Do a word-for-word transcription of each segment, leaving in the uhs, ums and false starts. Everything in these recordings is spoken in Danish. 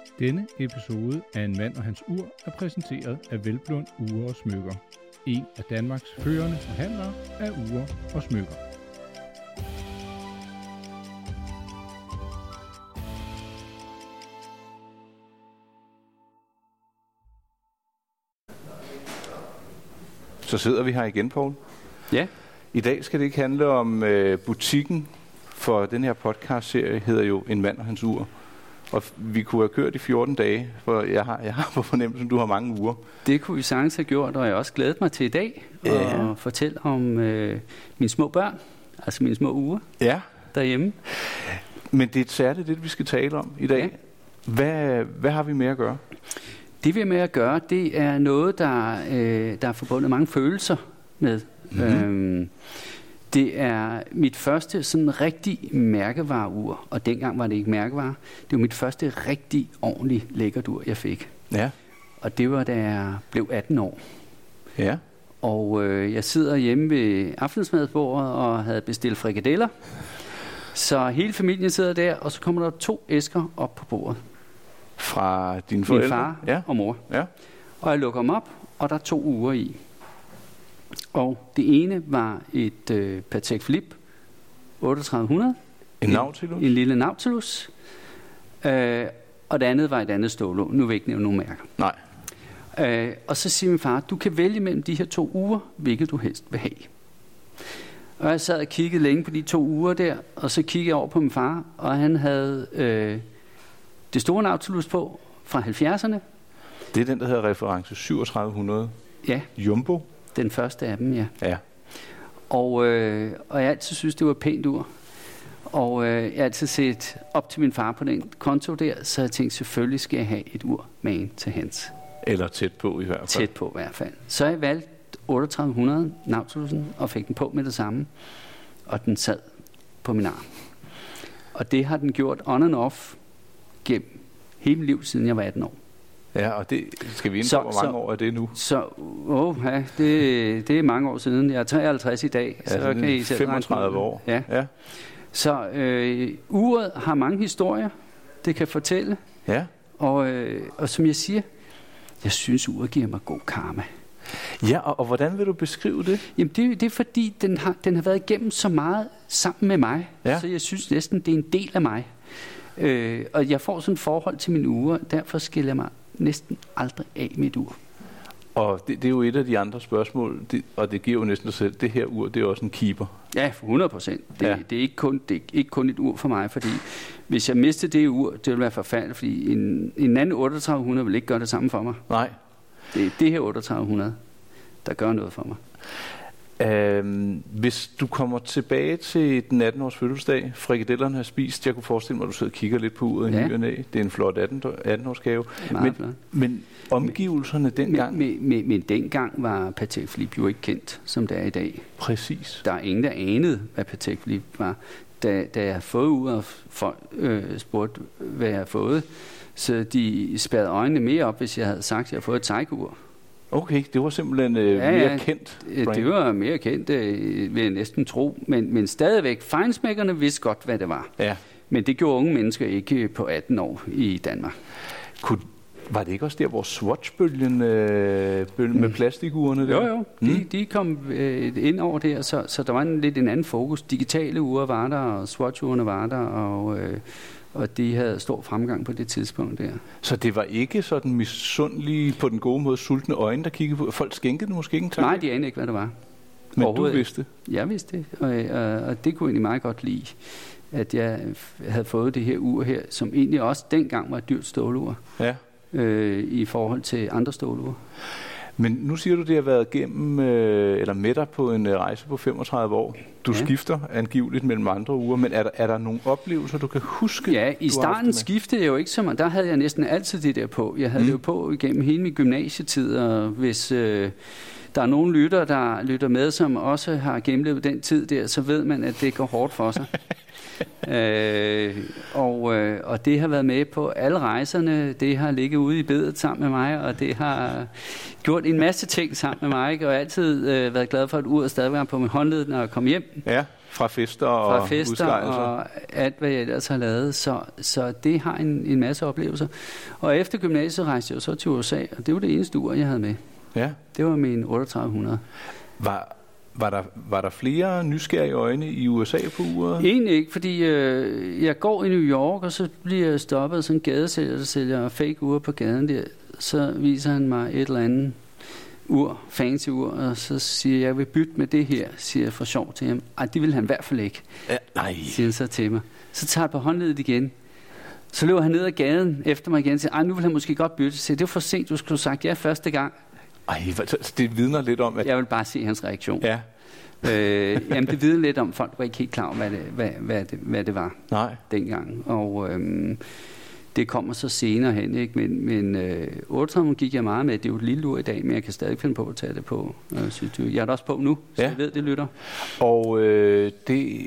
Denne episode af En Mand og Hans Ur er præsenteret af Velblund Ure og Smykker. En af Danmarks førende forhandlere af ure og smykker. Så sidder vi her igen, Poul. Ja. I dag skal det ikke handle om øh, butikken, for den her podcast-serie hedder jo En Mand og Hans Ur. Og vi kunne have kørt i fjorten dage, for jeg har, jeg har på fornemmelsen, du har mange uger. Det kunne vi sagtens have gjort, og jeg har også glædet mig til i dag at ja. fortælle om øh, mine små børn, altså mine små uger ja. derhjemme. Men det er særligt det, vi skal tale om i dag. Ja. Hvad, hvad har vi med at gøre? Det vi har med at gøre, det er noget, der, øh, der er forbundet mange følelser med. Mm-hmm. Øhm, det er mit første sådan rigtig mærkevareur, og dengang var det ikke mærkevare. Det var mit første rigtig ordentlig lækkerdur, jeg fik. Ja. Og det var, da jeg blev atten år. Ja. Og øh, jeg sidder hjemme ved aftensmadsbordet og havde bestilt frikadeller. Så hele familien sidder der, og så kommer der to æsker op på bordet. Fra dine forældre? Min far ja. og mor. Ja. Og jeg lukker dem op, og der er to uger i. Og det ene var et øh, Patek Philippe otteogtredive hundrede. En Nautilus? En, en lille Nautilus. Øh, og det andet var et andet stålå. Nu vil jeg ikke nævne nogen mærker. Nej. Øh, og så siger min far, du kan vælge mellem de her to uger, hvilket du helst vil have. Og jeg sad og kiggede længe på de to uger der, og så kiggede jeg over på min far, og han havde øh, det store Nautilus på fra halvfjerdserne. Det er den, der hedder reference syvogtredive hundrede. Ja. Jumbo. Den første af dem, ja. Ja. Og, øh, og jeg altid synes, det var et pænt ur. Og øh, jeg har altid set op til min far på den konto der, så jeg tænkte, selvfølgelig skal jeg have et ur med en til hans. Eller tæt på i hvert fald. Tæt på i hvert fald. Så jeg valgte otteogtredive hundrede Nautilusen og fik den på med det samme. Og den sad på min arm. Og det har den gjort on and off gennem hele mit liv, siden jeg var atten år. Ja, og det skal vi ind på, hvor mange så, år er det nu? Så, åh, ja, det, det er mange år siden. Jeg er treoghalvtreds i dag, ja, så kan I selv femogtredive år. Ja. ja. Så øh, uret har mange historier, det kan fortælle. Ja. Og, øh, og som jeg siger, jeg synes, uret giver mig god karma. Ja, og, og hvordan vil du beskrive det? Jamen, det, det er fordi, den har, den har været igennem så meget sammen med mig, ja. Så jeg synes næsten, det er en del af mig. Øh, og jeg får sådan et forhold til mine uger, derfor skiller jeg mig næsten aldrig af mit ur. Og det, det er jo et af de andre spørgsmål, det, og det giver jo næsten sig selv, det her ur, det er også en keeper. Ja, for hundrede procent. Det, ja. det, er ikke kun, det er ikke kun et ur for mig, fordi hvis jeg mister det ur, det vil være forfærdeligt, fordi en, en anden otteogtredive hundrede vil ikke gøre det samme for mig. Nej. Det er det her otteogtredive hundrede, der gør noget for mig. Øhm, hvis du kommer tilbage til den atten-års fødselsdag, frikadellerne har spist, jeg kunne forestille mig, at du sidder og kigger lidt på uret i ja. ny og næ. Det er en flot atten-års gave. Men, men omgivelserne dengang? Men, men, men, men dengang var Patek Philippe jo ikke kendt, som det er i dag. Præcis. Der er ingen, der anede, hvad Patek Philippe var. Da, da jeg har fået ud og folk øh, spurgte, hvad jeg har fået, så de spærrede øjnene mere op, hvis jeg havde sagt, at jeg har fået et Teigur. Okay, det var simpelthen øh, ja, mere ja, kendt. Det, det var mere kendt, øh, vil jeg næsten tro. Men, men stadigvæk, fejnsmækkerne vidste godt, hvad det var. Ja. Men det gjorde unge mennesker ikke på atten år i Danmark. Kunne, var det ikke også der, hvor Swatch-bølgen øh, bølgen mm. med plastikurene der? Jo, jo. De, mm. de kom øh, ind over der, så, så der var en lidt en anden fokus. Digitale ure var der, og Swatch-urene var der, og... Øh, Og de havde stor fremgang på det tidspunkt der. Så det var ikke sådan misundelige, på den gode måde, sultne øjne, der kiggede på? Folk skænkede det måske ikke en tanke? Nej, de anede ikke, hvad det var. Men du vidste? Jeg vidste det, og, og, og det kunne jeg egentlig meget godt lide, at jeg havde fået det her ur her, som egentlig også dengang var et dyrt stålur, ja. øh, i forhold til andre stålure. Men nu siger du, det har været gennem, øh, eller med dig på en øh, rejse på femogtredive år. Du ja. skifter angiveligt mellem andre uger, men er der, er der nogle oplevelser, du kan huske? Ja, i starten skiftede jeg jo ikke så meget. Der havde jeg næsten altid det der på. Jeg havde mm. det jo på igennem hele min gymnasietid, og hvis øh, der er nogen lytter, der lytter med, som også har gennemlevet den tid der, så ved man, at det går hårdt for sig. øh, og, øh, og det har været med på alle rejserne. Det har ligget ude i bedet sammen med mig, og det har gjort en masse ting sammen med mig, og jeg har altid øh, været glad for, at uret stadig var på min håndled, når jeg kom hjem. Ja, Fra fester og Fra fester og alt, hvad jeg ellers har lavet. Så, så det har en, en masse oplevelser. Og efter gymnasiet rejste jeg så til U S A, og det var det eneste ur, jeg havde med. Ja. Det var min otteogtredive hundrede. Var, var, der, var der flere nysgerrige øjne i U S A på uret? Egentlig ikke, fordi øh, jeg går i New York, og så bliver jeg stoppet af sådan en gadesælger, der sælger fake ure på gaden der. Så viser han mig et eller andet ur, fancy ur, og så siger jeg, jeg vil bytte med det her, siger jeg for sjov til ham. Ej, det vil han i hvert fald ikke, ja, nej. siger han så til mig. Så tager jeg på håndledet igen. Så løber han ned ad gaden efter mig igen og siger, ej, nu vil han måske godt bytte. Så det var for sent, du skulle have sagt ja første gang. Ej, det vidner lidt om, at... Jeg vil bare se hans reaktion. Ja. øh, jamen, det vidner lidt om, folk var ikke helt klar om, hvad det, hvad, hvad det, hvad det var nej. dengang. Og øhm, det kommer så senere hen, ikke? Men, men øh, otteogtredive gik jeg meget med. Det er jo et lille ur i dag, men jeg kan stadig finde på at tage det på. Øh, synes du. Jeg er da også på nu, så ja. Jeg ved, det lytter. Og øh, det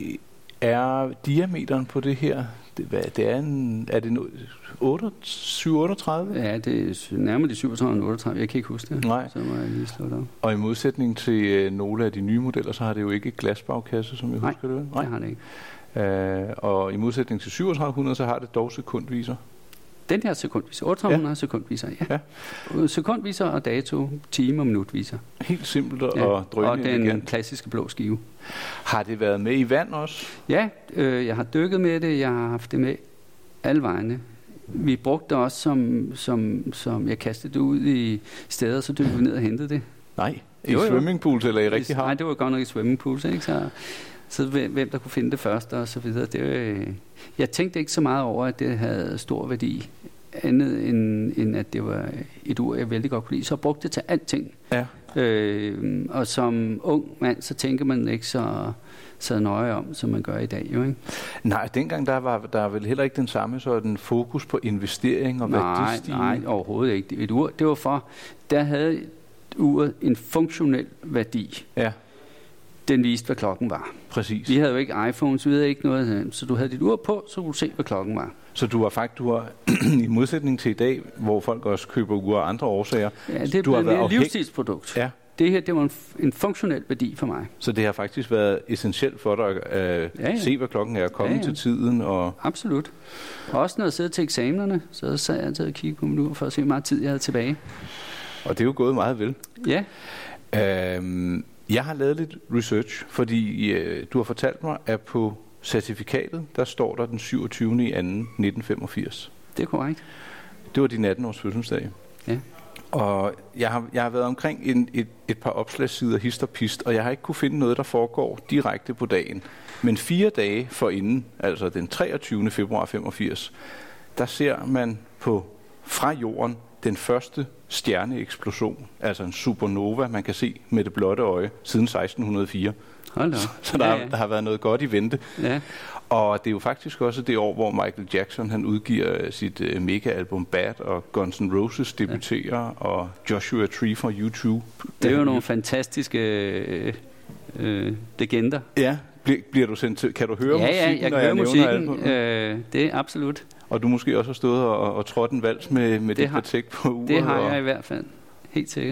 er diameteren på det her... Det, hvad, det er en... Er det no, syv otteogtredive? Ja, det er nærmere de syvogtredive og otteogtredive. Jeg kan ikke huske det. Nej. Så må jeg lige slå det op. Og i modsætning til øh, nogle af de nye modeller, så har det jo ikke glasbagkasse, som jeg Nej, husker det. Nej, det har det ikke. Øh, og i modsætning til syvogtredive hundrede, så har det dog sekundviser. Den her sekundviser. otteogtredive hundrede ja. sekundviser, ja. ja. Sekundviser og dato, time og minutviser. Helt simpelt og ja. drønende. Og den elegant. Klassiske blå skive. Har det været med i vand også? Ja, øh, jeg har dykket med det. Jeg har haft det med alle vegne. Vi brugte det også som, som, som jeg kastede det ud i steder, så dykkede vi ned og hentede det. Nej, i swimmingpools eller i rigtig hav? Nej, det var godt nok i swimmingpools, ikke? Så, så hvem der kunne finde det først og så videre. Det var, jeg tænkte ikke så meget over, at det havde stor værdi, andet end, end at det var et ur, jeg vældig godt kunne lide. Så jeg brugte det til alting. Ja. Øh, og som ung mand, så tænker man ikke så, så nøje om, som man gør i dag, jo, ikke? Nej, dengang der var der vel heller ikke den samme sådan fokus på investering og værdistigning. Nej, nej, overhovedet ikke. Et ur, det var for, der havde uret en funktionel værdi. Ja. Den viste, hvad klokken var. Præcis. Vi havde jo ikke iPhones, vi havde ikke noget, så du havde dit ur på, så kunne du se, hvad klokken var. Så du har faktisk, du har, i modsætning til i dag, hvor folk også køber ure af andre årsager. Ja, det du har været et livsstilsprodukt. Ja. Det her, det var en, en funktionel værdi for mig. Så det har faktisk været essentielt for dig at øh, ja, ja. se, hvad klokken er, og komme ja, ja. til tiden. Og absolut. Også når jeg sidder til eksamenerne, så sad jeg altid og kiggede på min ur for at se, hvor meget tid jeg havde tilbage. Og det er jo gået meget vel. Ja. Øhm, jeg har lavet lidt research, fordi øh, du har fortalt mig, at på certifikatet, der står der den syvogtyvende i anden nitten femogfirs. Det er korrekt. Det var din atten års fødselsdag. Ja. Og jeg har, jeg har været omkring en, et, et par opslagssider hist og pist, og jeg har ikke kunne finde noget, der foregår direkte på dagen. Men fire dage forinden, altså den treogtyvende februar femogfirs, der ser man på fra jorden den første stjerneeksplosion, altså en supernova, man kan se med det blotte øje, siden seksten hundrede og fire. Hold da. Så, så der, ja, ja. der har været noget godt i vente. Ja. Og det er jo faktisk også det år, hvor Michael Jackson han udgiver sit uh, mega-album Bad, og Guns N' Roses debuterer, ja. og Joshua Tree fra U to. Det er jo nogle fantastiske øh, øh, legender. Ja, Blir, bliver du sendt til, kan du høre ja, musikken, ja, jeg når kan jeg høre musikken. Øh, det er absolut. Og du måske også har stået og, og trådt en vals med, med dit Patek på uret. Det har jeg og, i hvert fald. Helt sikkert.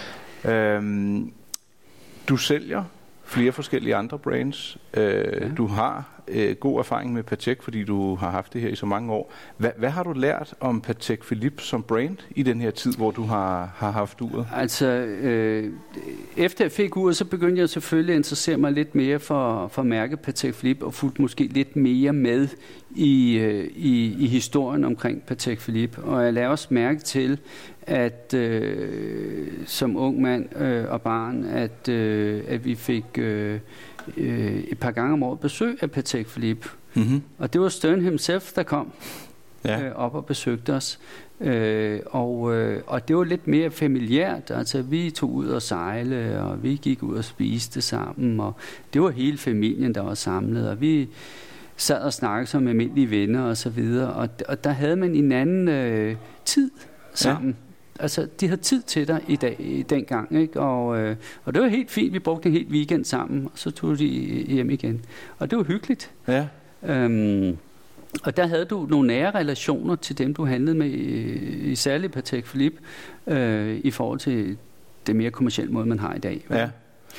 Øhm, du sælger flere forskellige andre brands. Øh, ja. Du har øh, god erfaring med Patek, fordi du har haft det her i så mange år. Hva, hvad har du lært om Patek Philippe som brand i den her tid, hvor du har, har haft uret? Altså, øh, efter jeg fik uret, så begyndte jeg selvfølgelig at interessere mig lidt mere for, for mærket Patek Philippe, og fulgte måske lidt mere med i, øh, i, i historien omkring Patek Philippe. Og jeg lavede også mærke til, at øh, som ung mand øh, og barn, at, øh, at vi fik øh, øh, et par gange om året besøg af Patek Philippe. Mm-hmm. Og det var Stern himself, der kom ja. øh, op og besøgte os. Øh, og, øh, og det var lidt mere familiært. Altså, vi tog ud og sejle, og vi gik ud og spiste sammen. Og det var hele familien, der var samlet. Og vi sad og snakkede som almindelige venner og så videre. Og, og der havde man en anden øh, tid sammen. Ja. Altså, de havde tid til dig i dag, i dengang, ikke? Og, øh, og det var helt fint. Vi brugte en hel weekend sammen, og så tog de hjem igen. Og det var hyggeligt. Ja. Øhm, og der havde du nogle nære relationer til dem, du handlede med, i, i særligt Patek Philippe, øh, i forhold til det mere kommercielle måde, man har i dag. Ja.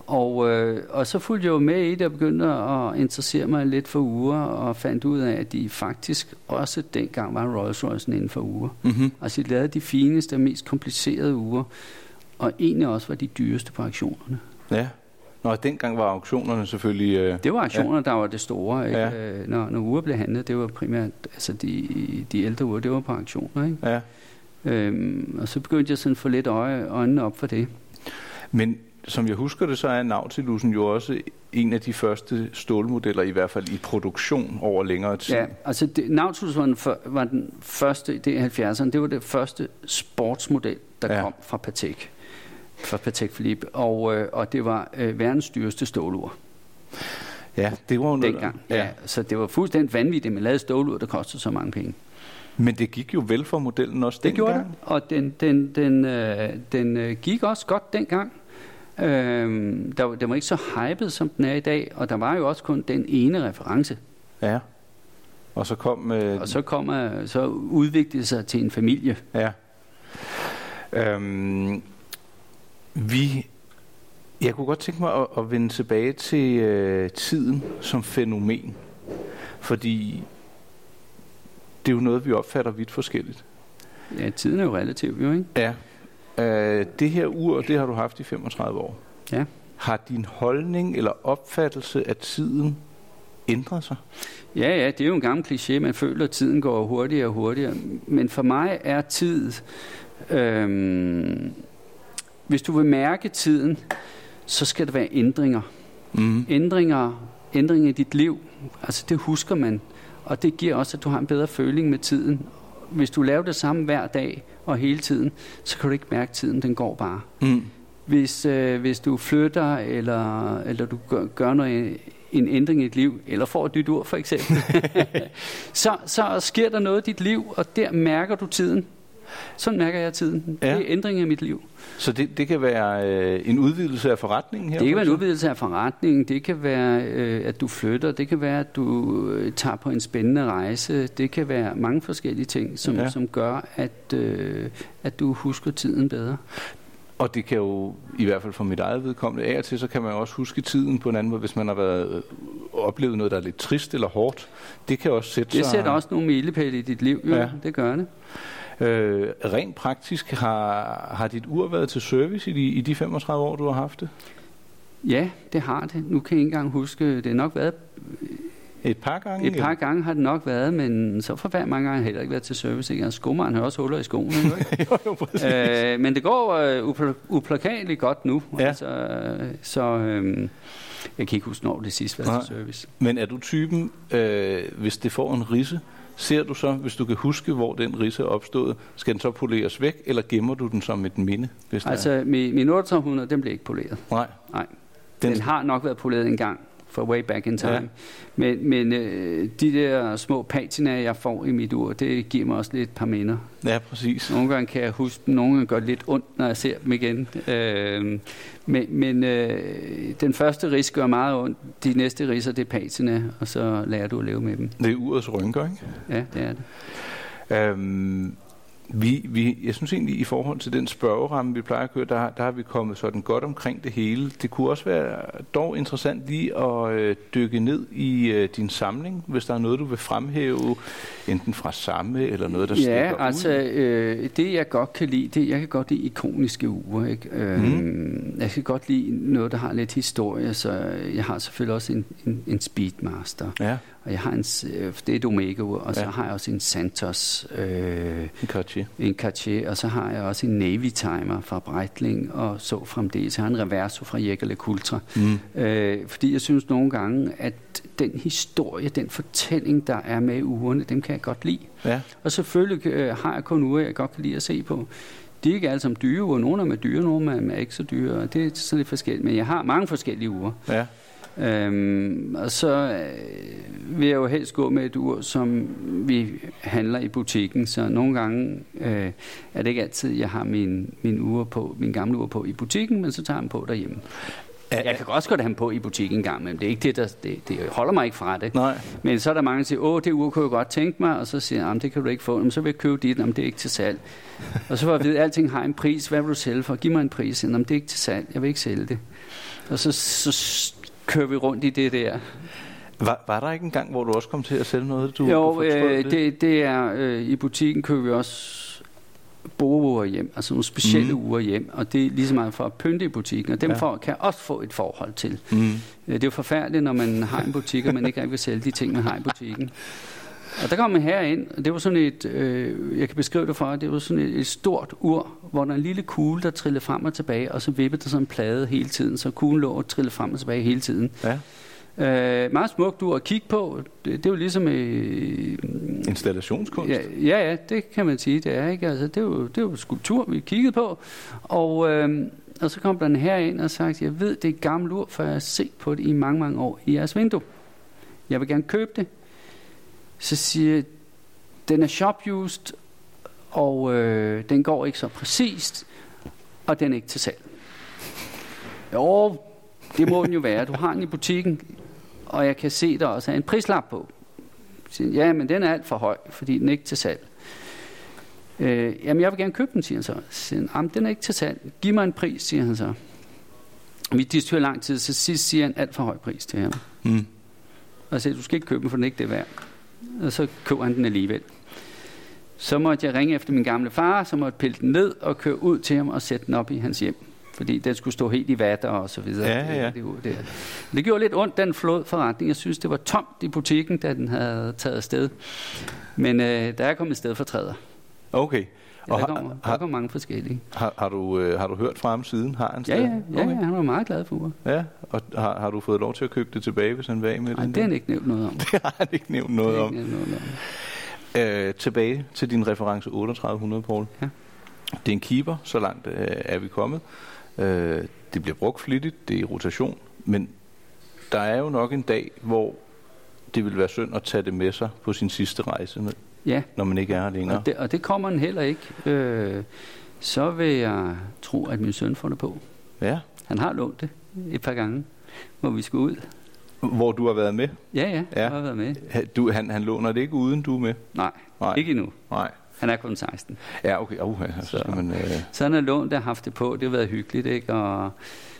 Og, øh, og så fulgte jeg jo med i det og begyndte at interessere mig lidt for ure, og fandt ud af, at de faktisk også dengang var Rolls-Royce inden for ure. Mm-hmm. Altså de lavede de fineste og mest komplicerede ure, og egentlig også var de dyreste på auktionerne. Ja. Nå, dengang var auktionerne selvfølgelig... Øh, det var auktioner, ja. Der var det store. Ikke? Ja. Når, når uger blev handlet, det var primært altså de, de ældre uger, det var på auktioner. Ikke? Ja. Øhm, og så begyndte jeg sådan at få lidt øje, øjnene op for det. Men som jeg husker det, så er Nautilusen jo også en af de første stålmodeller, i hvert fald i produktion over længere tid. Ja, altså det, Nautilus var den, for, var den første, det i halvfjerdserne, det var det første sportsmodel, der ja. kom fra Patek. Fra Patek Philippe, og, øh, og det var øh, verdens dyreste stålur. Ja, det var jo noget. Dengang, ja. ja. Så det var fuldstændig vanvittigt, man lavede stålur, der kostede så mange penge. Men det gik jo vel for modellen også dengang? Det dengang. gjorde det, og den, den, den, øh, den øh, gik også godt dengang. Øhm, der, den var ikke så hyped, som den er i dag, og der var jo også kun den ene reference. Ja, og så kom... Øh, og så, kom, øh, så udviklede det sig til en familie. Ja. Øhm, vi... Jeg kunne godt tænke mig at, at vende tilbage til øh, tiden som fænomen, fordi det er jo noget, vi opfatter vidt forskelligt. Ja, tiden er jo relativ, jo ikke? Ja. Øh, det her ur, det har du haft i femogtredive år. Ja. Har din holdning eller opfattelse af tiden ændret sig? Ja, ja, det er jo en gammel kliché. Man føler, at tiden går hurtigere og hurtigere. Men for mig er tid... Øhm, hvis du vil mærke tiden, så skal der være ændringer. Mm. Ændringer, ændringer i dit liv. Altså det husker man. Og det giver også, at du har en bedre føling med tiden. Hvis du laver det samme hver dag og hele tiden, så kan du ikke mærke tiden, den går bare. Mm. Hvis, øh, hvis du flytter, eller, eller du gør, gør noget, en ændring i dit liv, eller får et nyt ur for eksempel, så, så sker der noget i dit liv, og der mærker du tiden. Sådan mærker jeg tiden. Ja. Det er ændring af mit liv. Så det, det kan være øh, en udvidelse af forretningen her? Det kan være en udvidelse af forretningen. Det kan være, øh, at du flytter. Det kan være, at du øh, tager på en spændende rejse. Det kan være mange forskellige ting, som, ja. som gør, at, øh, at du husker tiden bedre. Og det kan jo, i hvert fald for mit eget vedkommende, af og til, så kan man også huske tiden på en anden måde, hvis man har været oplevet noget, der er lidt trist eller hårdt. Det kan også sætte det sig... sætter også nogle milepæle i dit liv, jo. Ja. Det gør det. Øh, rent praktisk, har, har dit ur været til service i de, i de femogtredive år, du har haft det? Ja, det har det. Nu kan jeg ikke engang huske, det har nok været... Et par gange? Et par eller? gange har det nok været, men så for hver mange gange har heller ikke været til service. Ikke? Skommeren har også huller i skoene. jo, jo, præcis. øh, men det går øh, upl- uplakateligt godt nu. Ja. Altså, så øh, jeg kan ikke huske, når det sidste var til service. Men er du typen, øh, hvis det får en ridse, ser du så, hvis du kan huske, hvor den ridse er opstået, skal den så poleres væk, eller gemmer du den som et minde? Hvis altså, min, min otteogtredive hundrede, den blev ikke poleret. Nej. Nej. Den, den har nok været poleret en gang, for way back in time. Ja. Men, men øh, de der små patina, jeg får i mit ur, det giver mig også lidt et par minder. Ja, præcis. Nogle gange kan jeg huske dem, nogle gange gør det lidt ondt, når jeg ser dem igen. Øh, men men øh, den første ris gør meget ondt, de næste riser, det er patina, og så lærer du at leve med dem. Det er urets rynker, ikke? Ja, det er det. Øhm, vi, vi, jeg synes egentlig, i forhold til den spørgeramme, vi plejer at køre, der, der har vi kommet sådan godt omkring det hele. Det kunne også være dog interessant lige at øh, dykke ned i øh, din samling, hvis der er noget, du vil fremhæve, enten fra samme eller noget, der stikker ud. Ja, altså øh, det jeg godt kan lide, det jeg kan godt lide ikoniske ure. Ikke? Øh, mm. Jeg kan godt lide noget, der har lidt historie, så jeg har selvfølgelig også en, en, en Speedmaster. Ja. Og jeg har en, det er et Omega-ur, og så ja. har jeg også en Santos. Øh, en Cartier. En Cartier, og så har jeg også en Navy Timer fra Breitling, og så fremdeles. Jeg har en Reverso fra Jaeger-LeCoultre Ultra. Mm. Øh, fordi jeg synes nogle gange, at den historie, den fortælling, der er med i urene, dem kan jeg godt lide. Ja. Og selvfølgelig øh, har jeg kun ure, jeg godt kan lide at se på. De er ikke alle sammen dyre ure. Nogle af dem er dyre, nogle af dem er ikke så dyre. Det er sådan lidt forskelligt, men jeg har mange forskellige ure. Ja. Øhm, og så øh, vil jeg jo helst gå med et ur, som vi handler i butikken, så nogle gange øh, er det ikke altid, jeg har min, min ure på, min gamle ur på i butikken, men så tager jeg dem på derhjemme. Jeg kan også godt have dem på i butikken en gang, men det er ikke det, der, det, det holder mig ikke fra det. Nej. Men så er der mange, der siger, åh, det ur kunne jeg godt tænke mig, og så siger jeg, det kan du ikke få, men så vil jeg købe dit, om det er ikke til salg. Og så får jeg at vide, at alting har en pris, hvad vil du sælge for? Giv mig en pris, om det er ikke til salg, jeg vil ikke sælge det. Og så, så kører vi rundt i det der. Var, var der ikke en gang, hvor du også kom til at sælge noget, du Jo, du øh, det? det, det er, øh, i butikken køber vi også bordure hjem, altså nogle specielle mm. uger hjem, og det er lige så meget for at pynte i butikken, og dem ja. for, kan også få et forhold til. Mm. Det er jo forfærdeligt, når man har en butik, og man ikke rigtig vil sælge de ting, man har i butikken. Og der kom man herind, og det var sådan et, øh, jeg kan beskrive det for, det var sådan et, et stort ur, hvor der er en lille kugle, der trillede frem og tilbage, og så vippede der sådan en plade hele tiden, så kuglen lå og trillede frem og tilbage hele tiden. Ja. Øh, meget smukt ur at kigge på. Det, det er jo ligesom øh, installationskunst. Ja, ja, ja, det kan man sige, det er ikke. Altså, det er jo, det er jo skulptur, vi kiggede på. Og, øh, og så kom der en herind og sagde, jeg ved, det er et gammelt ur, for jeg har set på det i mange, mange år i jeres vindue. Jeg vil gerne købe det. Så siger jeg, den er shop-used, og øh, den går ikke så præcist, og den er ikke til salg. Jo, det må den jo være. Du har den i butikken, og jeg kan se, der også er en prislap på. Siger, ja, men den er alt for høj, fordi den er ikke til salg. Øh, jamen, jeg vil gerne købe den, siger han så. Siger, jamen, den er ikke til salg. Giv mig en pris, siger han så. Vi diskuterer lang tid, så sidst siger han alt for høj pris til ham. Mm. Og jeg siger, du skal ikke købe den, for den er ikke det værd. Og så køber han den alligevel. Så måtte jeg ringe efter min gamle far, så måtte jeg pille den ned og køre ud til ham og sætte den op i hans hjem. Fordi den skulle stå helt i vatter og så videre. Ja, ja. Det, det, det, det gjorde lidt ondt, den flod forretning. Jeg synes, det var tomt i butikken, da den havde taget afsted. Men øh, der er kommet et sted for træder. Okay. Ja, der, kommer, har, der kommer mange forskellige. Har, har, du, øh, har du hørt fra ham siden? Har han ja, ja, ja, okay. ja, han var meget glad for mig. Ja, og har, har du fået lov til at købe det tilbage, hvis han var af med Nej, den? Nej, det har han ikke nævnt noget om. Det har han ikke nævnt noget om. Ikke nævnt noget om. Øh, tilbage til din reference otteogtredive hundrede, Poul. Ja. Det er en keeper, så langt øh, er vi kommet. Øh, det bliver brugt flittigt, det er i rotation, men der er jo nok en dag, hvor det vil være synd at tage det med sig på sin sidste rejse, ja. når man ikke er her længere. Og det, og det kommer den heller ikke. Øh, så vil jeg tro, at min søn får det på. Ja. Han har lånt det et par gange, hvor vi skal ud. Hvor du har været med? Ja, ja, ja. Jeg har været med. Du, han, han låner det ikke uden du er med? Nej, Nej. ikke endnu. Nej. Han er kun seksten. Ja, okay. Uh, så, så, skal man, øh... så han har lånt og haft det på. Det har været hyggeligt, ikke? Og,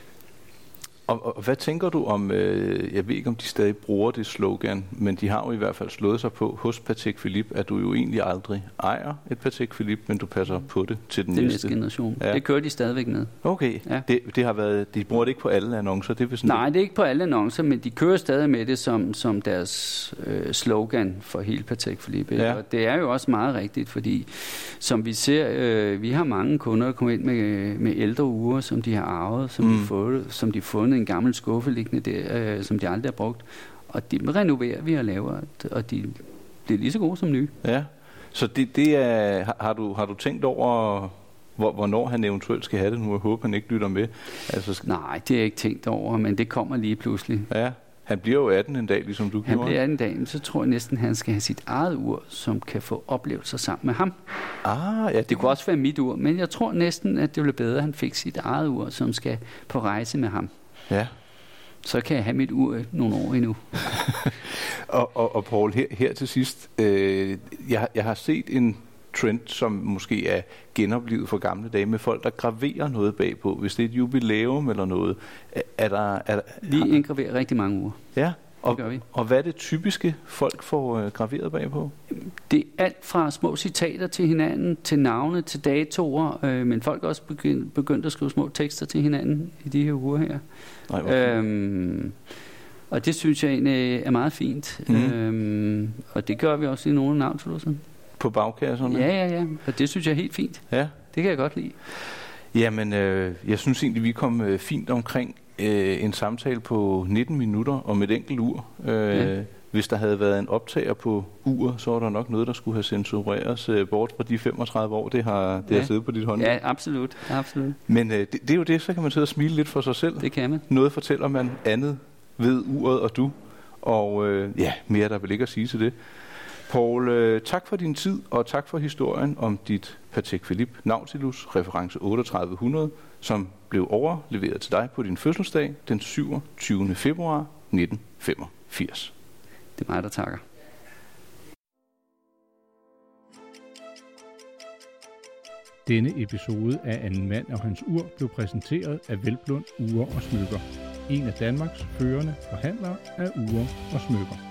og, og hvad tænker du om, øh, jeg ved ikke om de stadig bruger det slogan, men de har jo i hvert fald slået sig på hos Patek Philippe, at du jo egentlig aldrig ejer et Patek Philippe, men du passer på det til den det næste. næste generation. Ja. Det kører de stadigvæk med. Okay. Ja. Det, det har været, de bruger det ikke på alle annoncer? Det er sådan Nej, det er ikke på alle annoncer, men de kører stadig med det som, som deres øh, slogan for hele Patek Philippe. Ja. Og det er jo også meget rigtigt, fordi som vi ser, øh, vi har mange kunder, der kommer ind med, med ældre ure, som de har arvet, som, mm. de, fået, som de har fundet en gammel skuffe liggende der, øh, som de aldrig har brugt. Og de renoverer vi og laver, og de det er lige så gode som nye. Ja, så det, det er, har, har, du, har du tænkt over, hvor, hvornår han eventuelt skal have det nu? Jeg håber, han ikke lytter med. Altså, skal... Nej, det har jeg ikke tænkt over, men det kommer lige pludselig. Ja, han bliver jo atten en dag, ligesom du han gjorde. Han bliver atten en dag, men så tror jeg næsten, at han skal have sit eget ur, som kan få oplevelser sammen med ham. Ah, ja, det, det kunne også være mit ur, men jeg tror næsten, at det bliver bedre, at han fik sit eget ur, som skal på rejse med ham. Ja. Så kan jeg have mit ur nogle år endnu. og, og, og Poul, her, her til sidst, øh, jeg, jeg har set en trend, som måske er genoplevet for gamle dage, med folk, der graverer noget bagpå. Hvis det er et jubilæum eller noget, er der... Er der vi indgraverer rigtig mange uger. Ja, og, det gør vi. Og hvad er det typiske, folk får øh, graveret bagpå? Det er alt fra små citater til hinanden, til navne, til datoer, øh, men folk er også begyndt, begyndt at skrive små tekster til hinanden i de her uger her. Nej, øhm, og det synes jeg egentlig er meget fint. Mm. Øhm, og det gør vi også i nogle navnforløserne. På bagkasserne? Ja, ja, ja. Og det synes jeg er helt fint. Ja. Det kan jeg godt lide. Jamen, øh, jeg synes egentlig, vi kom øh, fint omkring øh, en samtale på nitten minutter om et enkelt ur. Øh, ja. Hvis der havde været en optager på uret, så var der nok noget, der skulle have censureret øh, bort fra de femogtredive år, det har, det ja. har siddet på dit hånd. Ja, absolut. absolut. Men øh, det, det er jo det, så kan man sidde og smile lidt for sig selv. Det kan man. Noget fortæller man andet ved uret og du. Og øh, ja, mere der vil ikke at sige til det. Poul, øh, tak for din tid, og tak for historien om dit Patek Philippe Nautilus, reference otteogtredive hundrede, som blev overleveret til dig på din fødselsdag den syvogtyvende februar nitten femogfirs. Det er mig, der takker. Denne episode af Anden Mand og Hans Ur blev præsenteret af Velblund Ure og Smykker, en af Danmarks førende forhandlere af ure og smykker.